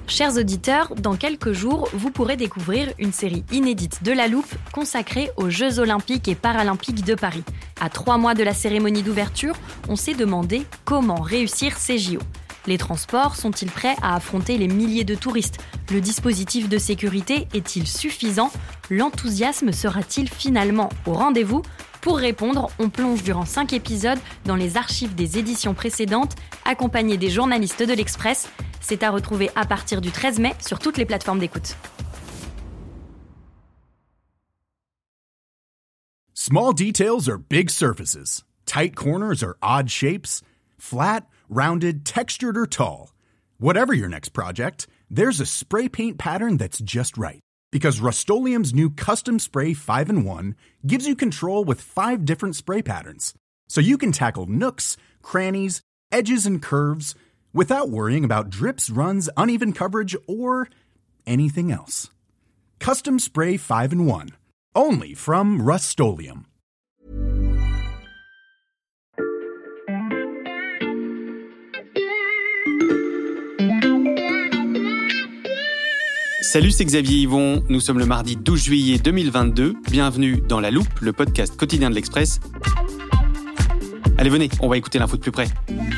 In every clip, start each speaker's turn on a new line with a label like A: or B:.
A: Chers auditeurs, dans quelques jours, vous pourrez découvrir une série inédite de La Loupe consacrée aux Jeux Olympiques et Paralympiques de Paris. À 3 mois de la cérémonie d'ouverture, on s'est demandé comment réussir ces JO. Les transports sont-ils prêts à affronter les milliers de touristes ? Le dispositif de sécurité est-il suffisant ? L'enthousiasme sera-t-il finalement au rendez-vous ? Pour répondre, on plonge durant 5 épisodes dans les archives des éditions précédentes, accompagnés des journalistes de l'Express. C'est à retrouver à partir du 13 mai sur toutes les plateformes d'écoute.
B: Small details are big surfaces. Tight corners are odd shapes. Flat, rounded, textured, or tall. Whatever your next project, there's a spray paint pattern that's just right. Because Rust-Oleum's new Custom Spray 5-in-1 gives you control with 5 different spray patterns. So you can tackle nooks, crannies, edges, and curves without worrying about drips, runs, uneven coverage, or anything else. Custom Spray 5-in-1. Only from Rust-Oleum.
C: Salut, c'est Xavier Yvon. Nous sommes le mardi 12 juillet 2022. Bienvenue dans La Loupe, le podcast quotidien de l'Express. Allez, venez, on va écouter l'info de plus près.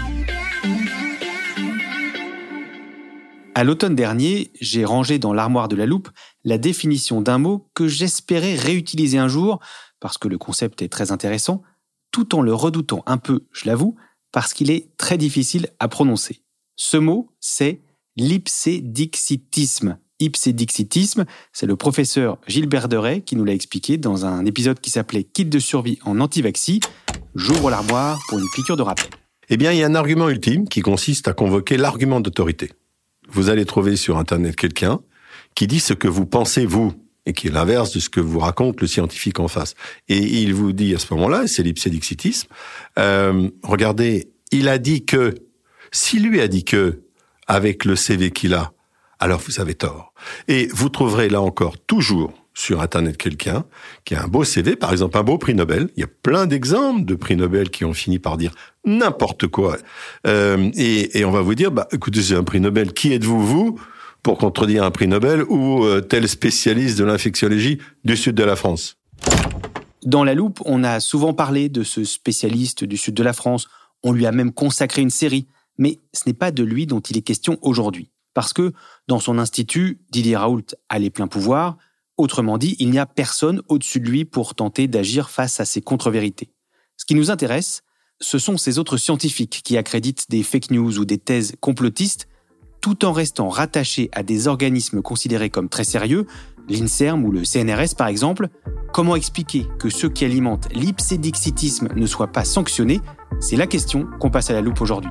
C: À l'automne dernier, j'ai rangé dans l'armoire de La Loupe la définition d'un mot que j'espérais réutiliser un jour, parce que le concept est très intéressant, tout en le redoutant un peu, je l'avoue, parce qu'il est très difficile à prononcer. Ce mot, c'est l'ipsédixitisme. Ipsédixitisme, c'est le professeur Gilbert Deray qui nous l'a expliqué dans un épisode qui s'appelait « Kit de survie en antivaxi ». J'ouvre l'armoire pour une piqûre de rappel.
D: Eh bien, il y a un argument ultime qui consiste à convoquer l'argument d'autorité. Vous allez trouver sur Internet quelqu'un qui dit ce que vous pensez, vous, et qui est l'inverse de ce que vous raconte le scientifique en face. Et il vous dit à ce moment-là, c'est l'ipsédixitisme, regardez, il a dit que, si lui a dit que, avec le CV qu'il a, alors vous avez tort. Et vous trouverez là encore toujours sur Internet quelqu'un qui a un beau CV, par exemple un beau prix Nobel. Il y a plein d'exemples de prix Nobel qui ont fini par dire n'importe quoi. Et on va vous dire, écoutez, c'est un prix Nobel. Qui êtes-vous, vous, pour contredire un prix Nobel ou tel spécialiste de l'infectiologie du sud de la France ?
C: Dans La Loupe, on a souvent parlé de ce spécialiste du sud de la France. On lui a même consacré une série. Mais ce n'est pas de lui dont il est question aujourd'hui. Parce que, dans son institut, Didier Raoult a les pleins pouvoirs. Autrement dit, il n'y a personne au-dessus de lui pour tenter d'agir face à ces contre-vérités. Ce qui nous intéresse, ce sont ces autres scientifiques qui accréditent des fake news ou des thèses complotistes, tout en restant rattachés à des organismes considérés comme très sérieux, l'INSERM ou le CNRS par exemple. Comment expliquer que ceux qui alimentent l'ipsédixitisme ne soient pas sanctionnés ? C'est la question qu'on passe à La Loupe aujourd'hui.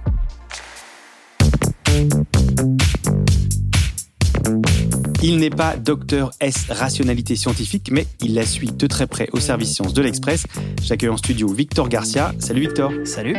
C: Il n'est pas docteur S rationalité scientifique, mais il la suit de très près au service sciences de l'Express. J'accueille en studio Victor Garcia. Salut Victor.
E: Salut.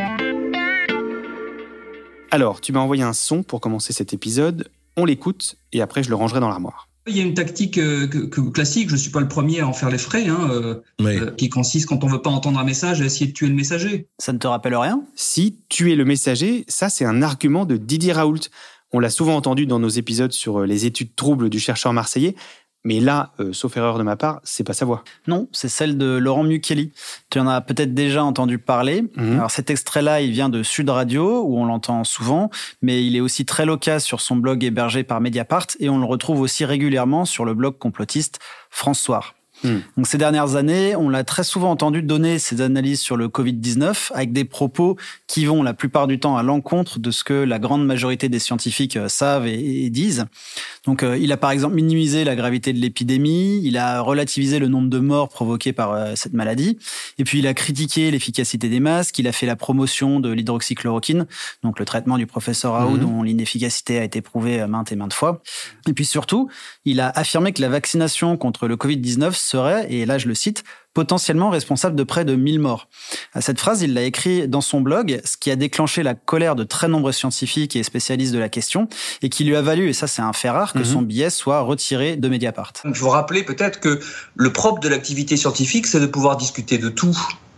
C: Alors, tu m'as envoyé un son pour commencer cet épisode. On l'écoute et après je le rangerai dans l'armoire.
F: Il y a une tactique classique, je ne suis pas le premier à en faire les frais, qui consiste, quand on ne veut pas entendre un message, à essayer de tuer le messager.
E: Ça ne te rappelle rien ?
C: Si, tuer le messager, ça c'est un argument de Didier Raoult. On l'a souvent entendu dans nos épisodes sur les études troubles du chercheur marseillais, mais là, sauf erreur de ma part, c'est pas sa voix.
E: Non, c'est celle de Laurent Mukieli. Tu en as peut-être déjà entendu parler. Alors cet extrait-là, il vient de Sud Radio, où on l'entend souvent, mais il est aussi très loquace sur son blog hébergé par Mediapart, et on le retrouve aussi régulièrement sur le blog complotiste France Soir. Donc ces dernières années, on l'a très souvent entendu donner ses analyses sur le Covid-19 avec des propos qui vont la plupart du temps à l'encontre de ce que la grande majorité des scientifiques savent et disent. Donc il a par exemple minimisé la gravité de l'épidémie, il a relativisé le nombre de morts provoqués par cette maladie, et puis il a critiqué l'efficacité des masques, il a fait la promotion de l'hydroxychloroquine, donc le traitement du professeur Raoult dont l'inefficacité a été prouvée maintes et maintes fois. Et puis surtout, il a affirmé que la vaccination contre le Covid-19 serait, et là je le cite, potentiellement responsable de près de 1000 morts. Cette phrase, il l'a écrit dans son blog, ce qui a déclenché la colère de très nombreux scientifiques et spécialistes de la question, et qui lui a valu, et ça c'est un fait rare, que son billet soit retiré de Mediapart.
F: Il faut rappeler peut-être que le propre de l'activité scientifique, c'est de pouvoir discuter de tout.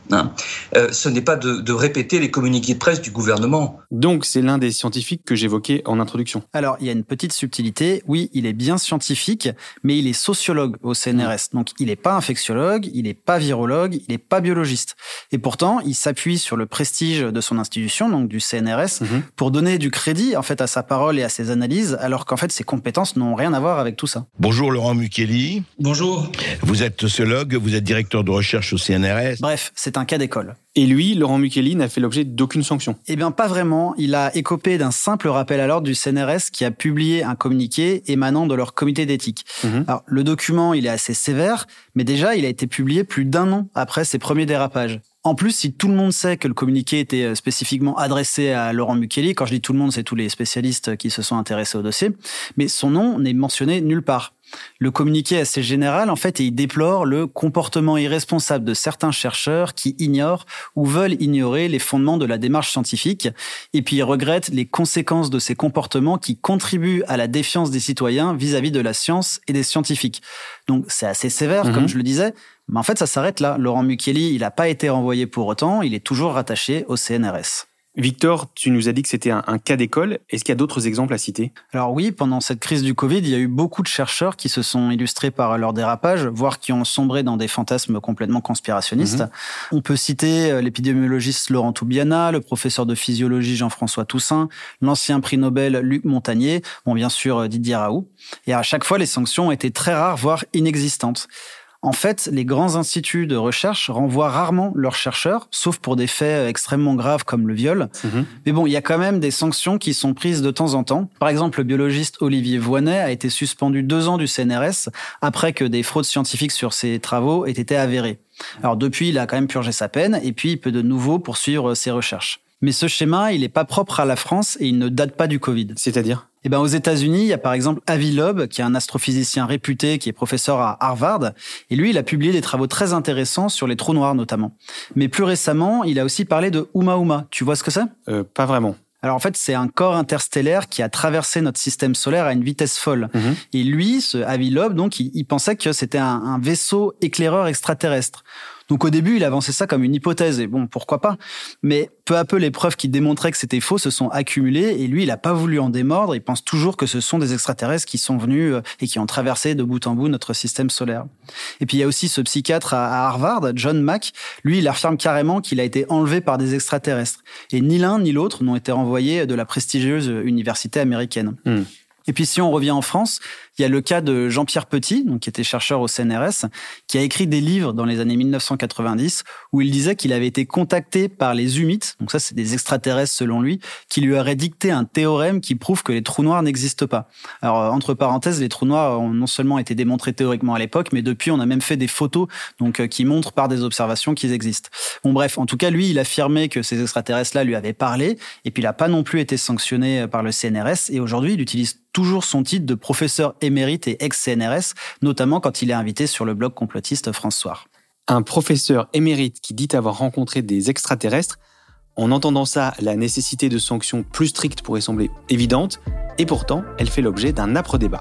G: Ce n'est pas de répéter les communiqués de presse du gouvernement.
C: Donc, c'est l'un des scientifiques que j'évoquais en introduction.
E: Alors, il y a une petite subtilité. Oui, il est bien scientifique, mais il est sociologue au CNRS. Donc, il n'est pas infectiologue, il n'est pas virologue, il n'est pas biologiste. Et pourtant, il s'appuie sur le prestige de son institution, donc du CNRS, pour donner du crédit, en fait, à sa parole et à ses analyses, alors qu'en fait, ses compétences n'ont rien à voir avec tout ça.
H: Bonjour Laurent Mukieli.
F: Bonjour.
H: Vous êtes sociologue, vous êtes directeur de recherche au CNRS.
E: Bref, c'est un cas d'école.
C: Et lui, Laurent Mukieli, n'a fait l'objet d'aucune sanction.
E: Eh bien, pas vraiment. Il a écopé d'un simple rappel à l'ordre du CNRS qui a publié un communiqué émanant de leur comité d'éthique. Alors, le document, il est assez sévère, mais déjà, il a été publié plus d'1 an après ses premiers dérapages. En plus, si tout le monde sait que le communiqué était spécifiquement adressé à Laurent Mukieli, quand je dis tout le monde, c'est tous les spécialistes qui se sont intéressés au dossier, mais son nom n'est mentionné nulle part. Le communiqué est assez général, en fait, et il déplore le comportement irresponsable de certains chercheurs qui ignorent ou veulent ignorer les fondements de la démarche scientifique, et puis il regrette les conséquences de ces comportements qui contribuent à la défiance des citoyens vis-à-vis de la science et des scientifiques. Donc c'est assez sévère, comme je le disais, mais en fait ça s'arrête là. Laurent Mukieli, il n'a pas été renvoyé pour autant, il est toujours rattaché au CNRS.
C: Victor, tu nous as dit que c'était un cas d'école. Est-ce qu'il y a d'autres exemples à citer ?
E: Alors oui, pendant cette crise du Covid, il y a eu beaucoup de chercheurs qui se sont illustrés par leur dérapage, voire qui ont sombré dans des fantasmes complètement conspirationnistes. On peut citer l'épidémiologiste Laurent Toubiana, le professeur de physiologie Jean-François Toussaint, l'ancien prix Nobel Luc Montagnier, bien sûr Didier Raoult. Et à chaque fois, les sanctions ont été très rares, voire inexistantes. En fait, les grands instituts de recherche renvoient rarement leurs chercheurs, sauf pour des faits extrêmement graves comme le viol. Mais bon, il y a quand même des sanctions qui sont prises de temps en temps. Par exemple, le biologiste Olivier Voynet a été suspendu 2 ans du CNRS après que des fraudes scientifiques sur ses travaux aient été avérées. Alors depuis, il a quand même purgé sa peine et puis il peut de nouveau poursuivre ses recherches. Mais ce schéma, il n'est pas propre à la France et il ne date pas du Covid.
C: C'est-à-dire ?
E: Aux États-Unis, il y a par exemple Avi Loeb, qui est un astrophysicien réputé, qui est professeur à Harvard. Et lui, il a publié des travaux très intéressants sur les trous noirs notamment. Mais plus récemment, il a aussi parlé de Oumuamua. Tu vois ce que c'est ?
C: Pas vraiment.
E: Alors en fait, c'est un corps interstellaire qui a traversé notre système solaire à une vitesse folle. Et lui, ce Avi Loeb, donc, il pensait que c'était un vaisseau éclaireur extraterrestre. Donc au début, il avançait ça comme une hypothèse, et bon, pourquoi pas. Mais peu à peu, les preuves qui démontraient que c'était faux se sont accumulées, et lui, il n'a pas voulu en démordre, il pense toujours que ce sont des extraterrestres qui sont venus et qui ont traversé de bout en bout notre système solaire. Et puis il y a aussi ce psychiatre à Harvard, John Mack, lui, il affirme carrément qu'il a été enlevé par des extraterrestres. Et ni l'un ni l'autre n'ont été renvoyés de la prestigieuse université américaine. Et puis si on revient en France, il y a le cas de Jean-Pierre Petit, donc qui était chercheur au CNRS, qui a écrit des livres dans les années 1990 où il disait qu'il avait été contacté par les humites, donc ça c'est des extraterrestres selon lui, qui lui auraient dicté un théorème qui prouve que les trous noirs n'existent pas. Alors entre parenthèses, les trous noirs ont non seulement été démontrés théoriquement à l'époque, mais depuis on a même fait des photos donc qui montrent par des observations qu'ils existent. Bon bref, en tout cas lui il affirmait que ces extraterrestres-là lui avaient parlé, et puis il n'a pas non plus été sanctionné par le CNRS, et aujourd'hui il utilise toujours son titre de professeur émérite et ex-CNRS, notamment quand il est invité sur le blog complotiste France Soir.
C: Un professeur émérite qui dit avoir rencontré des extraterrestres, en entendant ça, la nécessité de sanctions plus strictes pourrait sembler évidente, et pourtant, elle fait l'objet d'un âpre débat.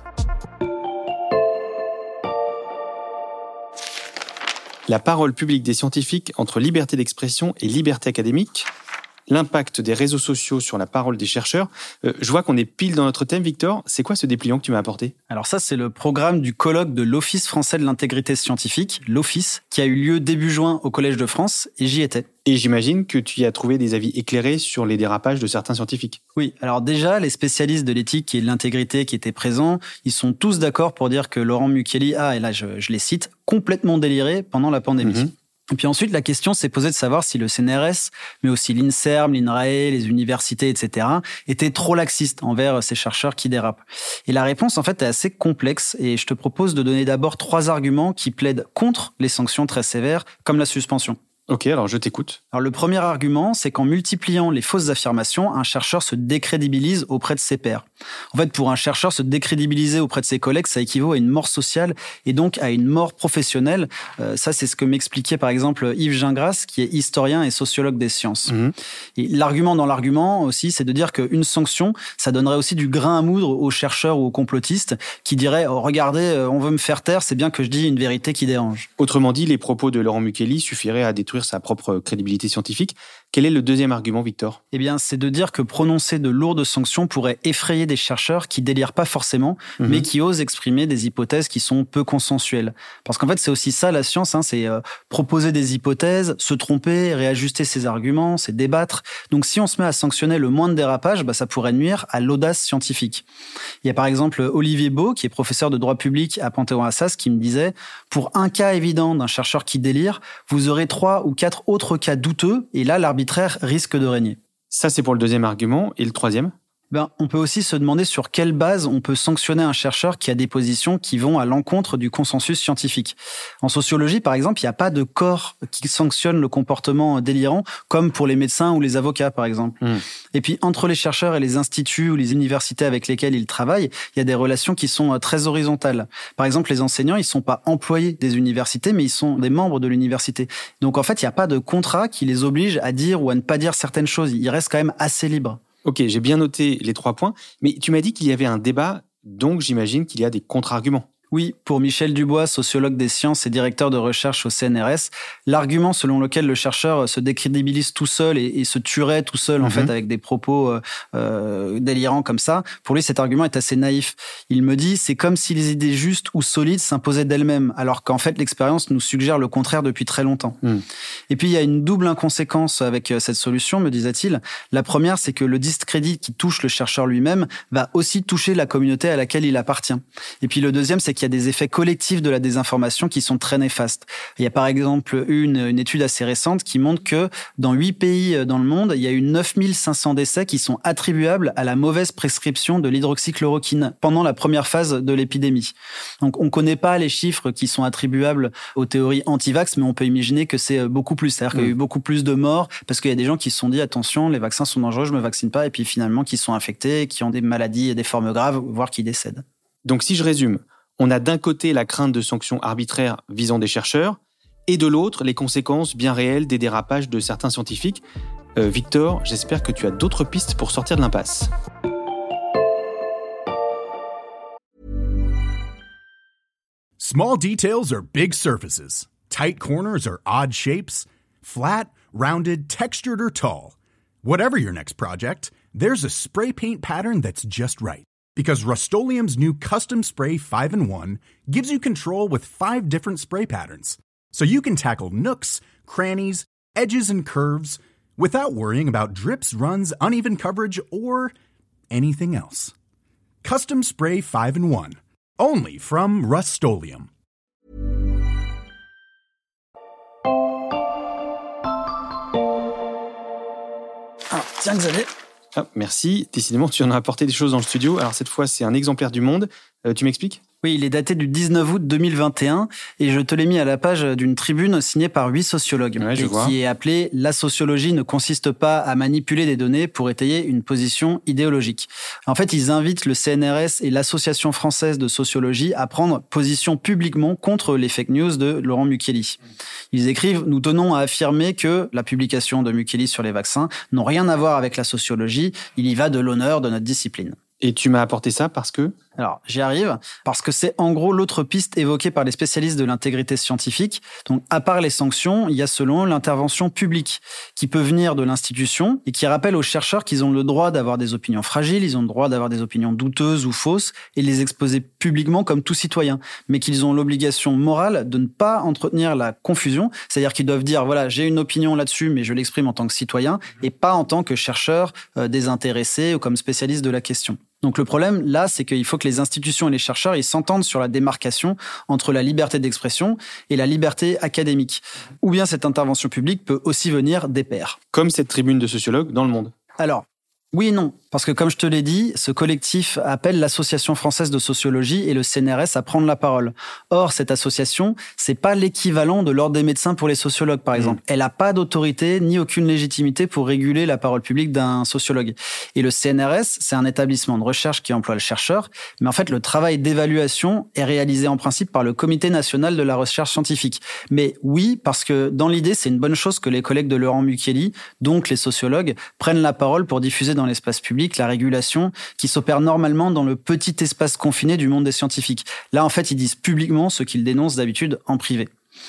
C: La parole publique des scientifiques entre liberté d'expression et liberté académique, l'impact des réseaux sociaux sur la parole des chercheurs. Je vois qu'on est pile dans notre thème, Victor. C'est quoi ce dépliant que tu m'as apporté ?
E: Alors ça, c'est le programme du colloque de l'Office français de l'intégrité scientifique, l'Office, qui a eu lieu début juin au Collège de France, et j'y étais.
C: Et j'imagine que tu y as trouvé des avis éclairés sur les dérapages de certains scientifiques.
E: Oui, alors déjà, les spécialistes de l'éthique et de l'intégrité qui étaient présents, ils sont tous d'accord pour dire que Laurent Mukieli et là je les cite, complètement déliré pendant la pandémie. Et puis ensuite, la question s'est posée de savoir si le CNRS, mais aussi l'INSERM, l'INRAE, les universités, etc., étaient trop laxistes envers ces chercheurs qui dérapent. Et la réponse, en fait, est assez complexe, et je te propose de donner d'abord 3 arguments qui plaident contre les sanctions très sévères, comme la suspension.
C: Ok, alors je t'écoute.
E: Alors le premier argument, c'est qu'en multipliant les fausses affirmations, un chercheur se décrédibilise auprès de ses pairs. En fait, pour un chercheur, se décrédibiliser auprès de ses collègues, ça équivaut à une mort sociale et donc à une mort professionnelle. Ça, c'est ce que m'expliquait par exemple Yves Gingras, qui est historien et sociologue des sciences. Et l'argument dans l'argument aussi, c'est de dire qu'une sanction, ça donnerait aussi du grain à moudre aux chercheurs ou aux complotistes qui diraient « Oh, regardez, on veut me faire taire, c'est bien que je dis une vérité qui dérange ».
C: Autrement dit, les propos de Laurent Mukieli suffiraient à détruire détruire sa propre crédibilité scientifique. Quel est le deuxième argument, Victor ?
E: Eh bien, c'est de dire que prononcer de lourdes sanctions pourrait effrayer des chercheurs qui délirent pas forcément, mais qui osent exprimer des hypothèses qui sont peu consensuelles. Parce qu'en fait, c'est aussi ça la science, c'est proposer des hypothèses, se tromper, réajuster ses arguments, c'est débattre. Donc si on se met à sanctionner le moindre dérapage, ça pourrait nuire à l'audace scientifique. Il y a par exemple Olivier Beau, qui est professeur de droit public à Panthéon-Assas, qui me disait « Pour un cas évident d'un chercheur qui délire, vous aurez 3 ou 4 autres cas douteux, et là, l'arbitraire risque de régner. »
C: Ça, c'est pour le deuxième argument. Et le troisième ?
E: On peut aussi se demander sur quelle base on peut sanctionner un chercheur qui a des positions qui vont à l'encontre du consensus scientifique. En sociologie, par exemple, il n'y a pas de corps qui sanctionne le comportement délirant, comme pour les médecins ou les avocats, par exemple. Et puis, entre les chercheurs et les instituts ou les universités avec lesquels ils travaillent, il y a des relations qui sont très horizontales. Par exemple, les enseignants, ils ne sont pas employés des universités, mais ils sont des membres de l'université. Donc, en fait, il n'y a pas de contrat qui les oblige à dire ou à ne pas dire certaines choses. Ils restent quand même assez libres.
C: Ok, j'ai bien noté les 3 points, mais tu m'as dit qu'il y avait un débat, donc j'imagine qu'il y a des contre-arguments.
E: Oui, pour Michel Dubois, sociologue des sciences et directeur de recherche au CNRS, l'argument selon lequel le chercheur se décrédibilise tout seul et se tuerait tout seul en fait avec des propos délirants comme ça, pour lui cet argument est assez naïf. Il me dit c'est comme si les idées justes ou solides s'imposaient d'elles-mêmes, alors qu'en fait l'expérience nous suggère le contraire depuis très longtemps. Et puis il y a une double inconséquence avec cette solution, me disait-il. La première, c'est que le discrédit qui touche le chercheur lui-même va aussi toucher la communauté à laquelle il appartient. Et puis le deuxième, c'est qu'il y a des effets collectifs de la désinformation qui sont très néfastes. Il y a par exemple une étude assez récente qui montre que dans 8 pays dans le monde, il y a eu 9500 décès qui sont attribuables à la mauvaise prescription de l'hydroxychloroquine pendant la première phase de l'épidémie. Donc on ne connaît pas les chiffres qui sont attribuables aux théories anti-vax, mais on peut imaginer que c'est beaucoup plus. C'est-à-dire qu'il y a eu beaucoup plus de morts parce qu'il y a des gens qui se sont dit attention, les vaccins sont dangereux, je me vaccine pas, et puis finalement qui sont infectés, qui ont des maladies et des formes graves, voire qui décèdent.
C: Donc si je résume, on a d'un côté la crainte de sanctions arbitraires visant des chercheurs, et de l'autre les conséquences bien réelles des dérapages de certains scientifiques. Victor, j'espère que tu as d'autres pistes pour sortir de l'impasse.
B: Small details are big surfaces. Tight corners are odd shapes. Flat, rounded, textured, or tall. Whatever your next project, there's a spray paint pattern that's just right. Because Rust-Oleum's new Custom Spray 5-in-1 gives you control with 5 different spray patterns. So you can tackle nooks, crannies, edges, and curves without worrying about drips, runs, uneven coverage, or anything else. Custom Spray 5-in-1. Only from Rust-Oleum.
E: Tiens, Xavier.
C: Merci. Décidément, tu en as apporté des choses dans le studio. Alors cette fois, c'est un exemplaire du Monde. Tu m'expliques ?
E: Oui, il est daté du 19 août 2021 et je te l'ai mis à la page d'une tribune signée par 8 sociologues qui est appelée « La sociologie ne consiste pas à manipuler des données pour étayer une position idéologique ». En fait, ils invitent le CNRS et l'Association française de sociologie à prendre position publiquement contre les fake news de Laurent Mukieli. Ils écrivent « Nous tenons à affirmer que la publication de Mukieli sur les vaccins n'ont rien à voir avec la sociologie, il y va de l'honneur de notre discipline ».
C: Et tu m'as apporté ça parce que ?
E: Alors, j'y arrive, parce que c'est en gros l'autre piste évoquée par les spécialistes de l'intégrité scientifique. Donc, à part les sanctions, il y a selon eux l'intervention publique qui peut venir de l'institution et qui rappelle aux chercheurs qu'ils ont le droit d'avoir des opinions fragiles, ils ont le droit d'avoir des opinions douteuses ou fausses et les exposer publiquement comme tout citoyen, mais qu'ils ont l'obligation morale de ne pas entretenir la confusion, c'est-à-dire qu'ils doivent dire, voilà, j'ai une opinion là-dessus, mais je l'exprime en tant que citoyen et pas en tant que chercheur désintéressé ou comme spécialiste de la question. Donc le problème, là, c'est qu'il faut que les institutions et les chercheurs ils s'entendent sur la démarcation entre la liberté d'expression et la liberté académique. Ou bien cette intervention publique peut aussi venir des pairs.
C: Comme cette tribune de sociologues dans Le Monde.
E: Alors, oui et non. Parce que comme je te l'ai dit, ce collectif appelle l'Association française de sociologie et le CNRS à prendre la parole. Or, cette association, c'est pas l'équivalent de l'ordre des médecins pour les sociologues, par exemple. Elle a pas d'autorité ni aucune légitimité pour réguler la parole publique d'un sociologue. Et le CNRS, c'est un établissement de recherche qui emploie le chercheur, mais en fait, le travail d'évaluation est réalisé en principe par le Comité national de la recherche scientifique. Mais oui, parce que dans l'idée, c'est une bonne chose que les collègues de Laurent Mukieli, donc les sociologues, prennent la parole pour diffuser dans l'espace public la régulation qui s'opère normalement dans le petit espace confiné du monde des scientifiques. Là, en fait, ils disent publiquement ce qu'ils dénoncent d'habitude en privé.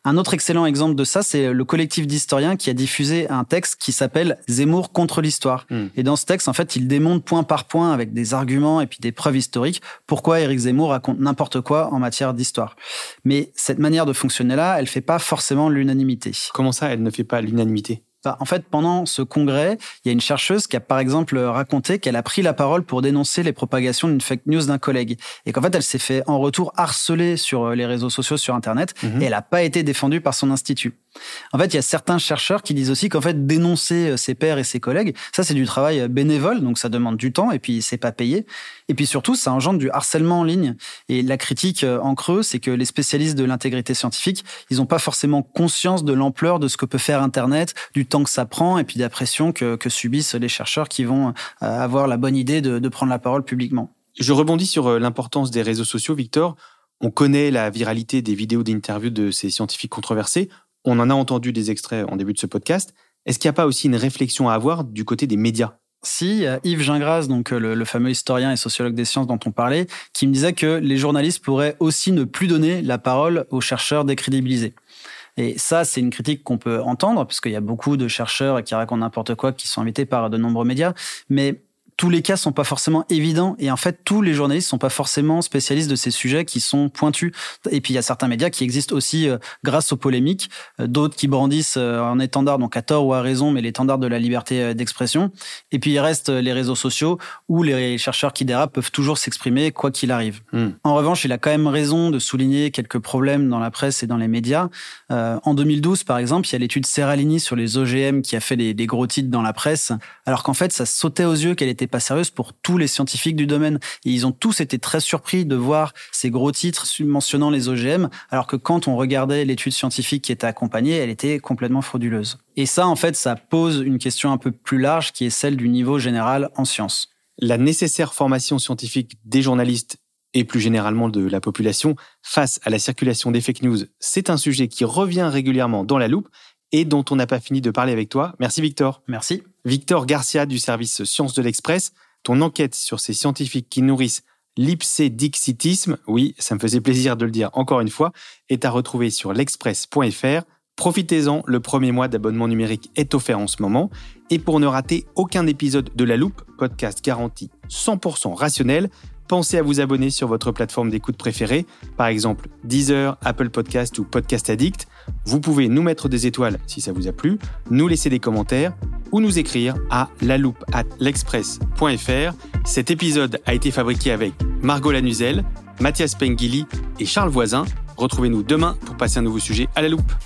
E: Un autre excellent exemple de ça, c'est le collectif d'historiens qui a diffusé un texte qui s'appelle « Zemmour contre l'histoire ». Et dans ce texte, en fait, il démontre point par point, avec des arguments et puis des preuves historiques, pourquoi Éric Zemmour raconte n'importe quoi en matière d'histoire. Mais cette manière de fonctionner-là, elle fait pas forcément l'unanimité.
C: Comment ça, elle ne fait pas l'unanimité ?
E: En fait, pendant ce congrès, il y a une chercheuse qui a par exemple raconté qu'elle a pris la parole pour dénoncer les propagations d'une fake news d'un collègue. Et qu'en fait, elle s'est fait en retour harceler sur les réseaux sociaux, sur Internet, et elle n'a pas été défendue par son institut. En fait, il y a certains chercheurs qui disent aussi qu'en fait, dénoncer ses pairs et ses collègues, ça c'est du travail bénévole, donc ça demande du temps et puis c'est pas payé. Et puis surtout, ça engendre du harcèlement en ligne. Et la critique en creux, c'est que les spécialistes de l'intégrité scientifique, ils n'ont pas forcément conscience de l'ampleur de ce que peut faire Internet, du temps que ça prend et puis de la pression que subissent les chercheurs qui vont avoir la bonne idée de prendre la parole publiquement.
C: Je rebondis sur l'importance des réseaux sociaux, Victor. On connaît la viralité des vidéos d'interviews de ces scientifiques controversés. On en a entendu des extraits en début de ce podcast. Est-ce qu'il n'y a pas aussi une réflexion à avoir du côté des médias ?
E: Si, Yves Gingras, donc le fameux historien et sociologue des sciences dont on parlait, qui me disait que les journalistes pourraient aussi ne plus donner la parole aux chercheurs décrédibilisés. Et ça, c'est une critique qu'on peut entendre, parce qu'il y a beaucoup de chercheurs qui racontent n'importe quoi, qui sont invités par de nombreux médias, mais tous les cas sont pas forcément évidents, et en fait, tous les journalistes sont pas forcément spécialistes de ces sujets qui sont pointus. Et puis, il y a certains médias qui existent aussi grâce aux polémiques, d'autres qui brandissent un étendard, donc à tort ou à raison, mais l'étendard de la liberté d'expression. Et puis, il reste les réseaux sociaux, où les chercheurs qui dérapent peuvent toujours s'exprimer, quoi qu'il arrive. En revanche, il a quand même raison de souligner quelques problèmes dans la presse et dans les médias. En 2012, par exemple, il y a l'étude Serralini sur les OGM qui a fait des gros titres dans la presse, alors qu'en fait, ça sautait aux yeux qu'elle était pas sérieuse pour tous les scientifiques du domaine. Et ils ont tous été très surpris de voir ces gros titres mentionnant les OGM, alors que quand on regardait l'étude scientifique qui était accompagnée, elle était complètement frauduleuse. Et ça, en fait, ça pose une question un peu plus large qui est celle du niveau général en sciences.
C: La nécessaire formation scientifique des journalistes et plus généralement de la population face à la circulation des fake news, c'est un sujet qui revient régulièrement dans la loupe et dont on n'a pas fini de parler avec toi. Merci Victor.
E: Merci.
C: Victor Garcia du service Sciences de l'Express. Ton enquête sur ces scientifiques qui nourrissent l'ipsédixitisme, oui, ça me faisait plaisir de le dire encore une fois, est à retrouver sur l'express.fr. Profitez-en, le premier mois d'abonnement numérique est offert en ce moment. Et pour ne rater aucun épisode de La Loupe, podcast garanti 100% rationnel, pensez à vous abonner sur votre plateforme d'écoute préférée, par exemple Deezer, Apple Podcast ou Podcast Addict. Vous pouvez nous mettre des étoiles si ça vous a plu, nous laisser des commentaires ou nous écrire à laloupe@l'express.fr. Cet épisode a été fabriqué avec Margot Lanuzel, Mathias Pengili et Charles Voisin. Retrouvez-nous demain pour passer un nouveau sujet à la loupe.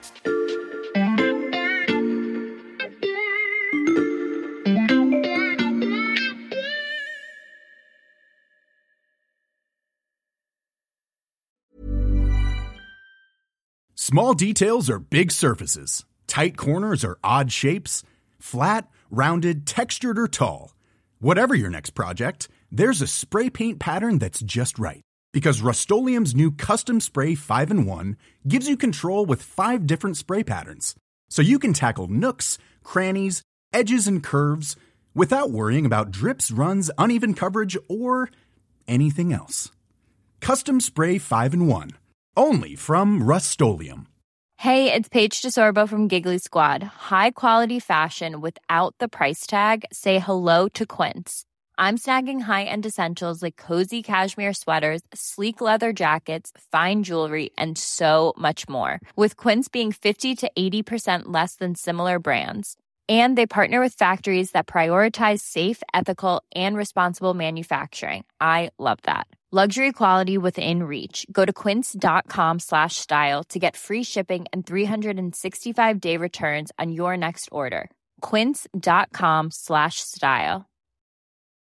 B: Small details are big surfaces. Tight corners are odd shapes. Flat, rounded, textured, or tall. Whatever your next project, there's a spray paint pattern that's just right. Because Rust-Oleum's new Custom Spray 5-in-1 gives you control with 5 different spray patterns. So you can tackle nooks, crannies, edges, and curves without worrying about drips, runs, uneven coverage, or anything else. Custom Spray 5-in-1. Only from Rust-Oleum.
I: Hey, it's Paige DeSorbo from Giggly Squad. High quality fashion without the price tag. Say hello to Quince. I'm snagging high-end essentials like cozy cashmere sweaters, sleek leather jackets, fine jewelry, and so much more. With Quince being 50 to 80% less than similar brands. And they partner with factories that prioritize safe, ethical, and responsible manufacturing. I love that. Luxury quality within reach. Go to quince.com/style to get free shipping and 365-day returns on your next order. Quince.com/style.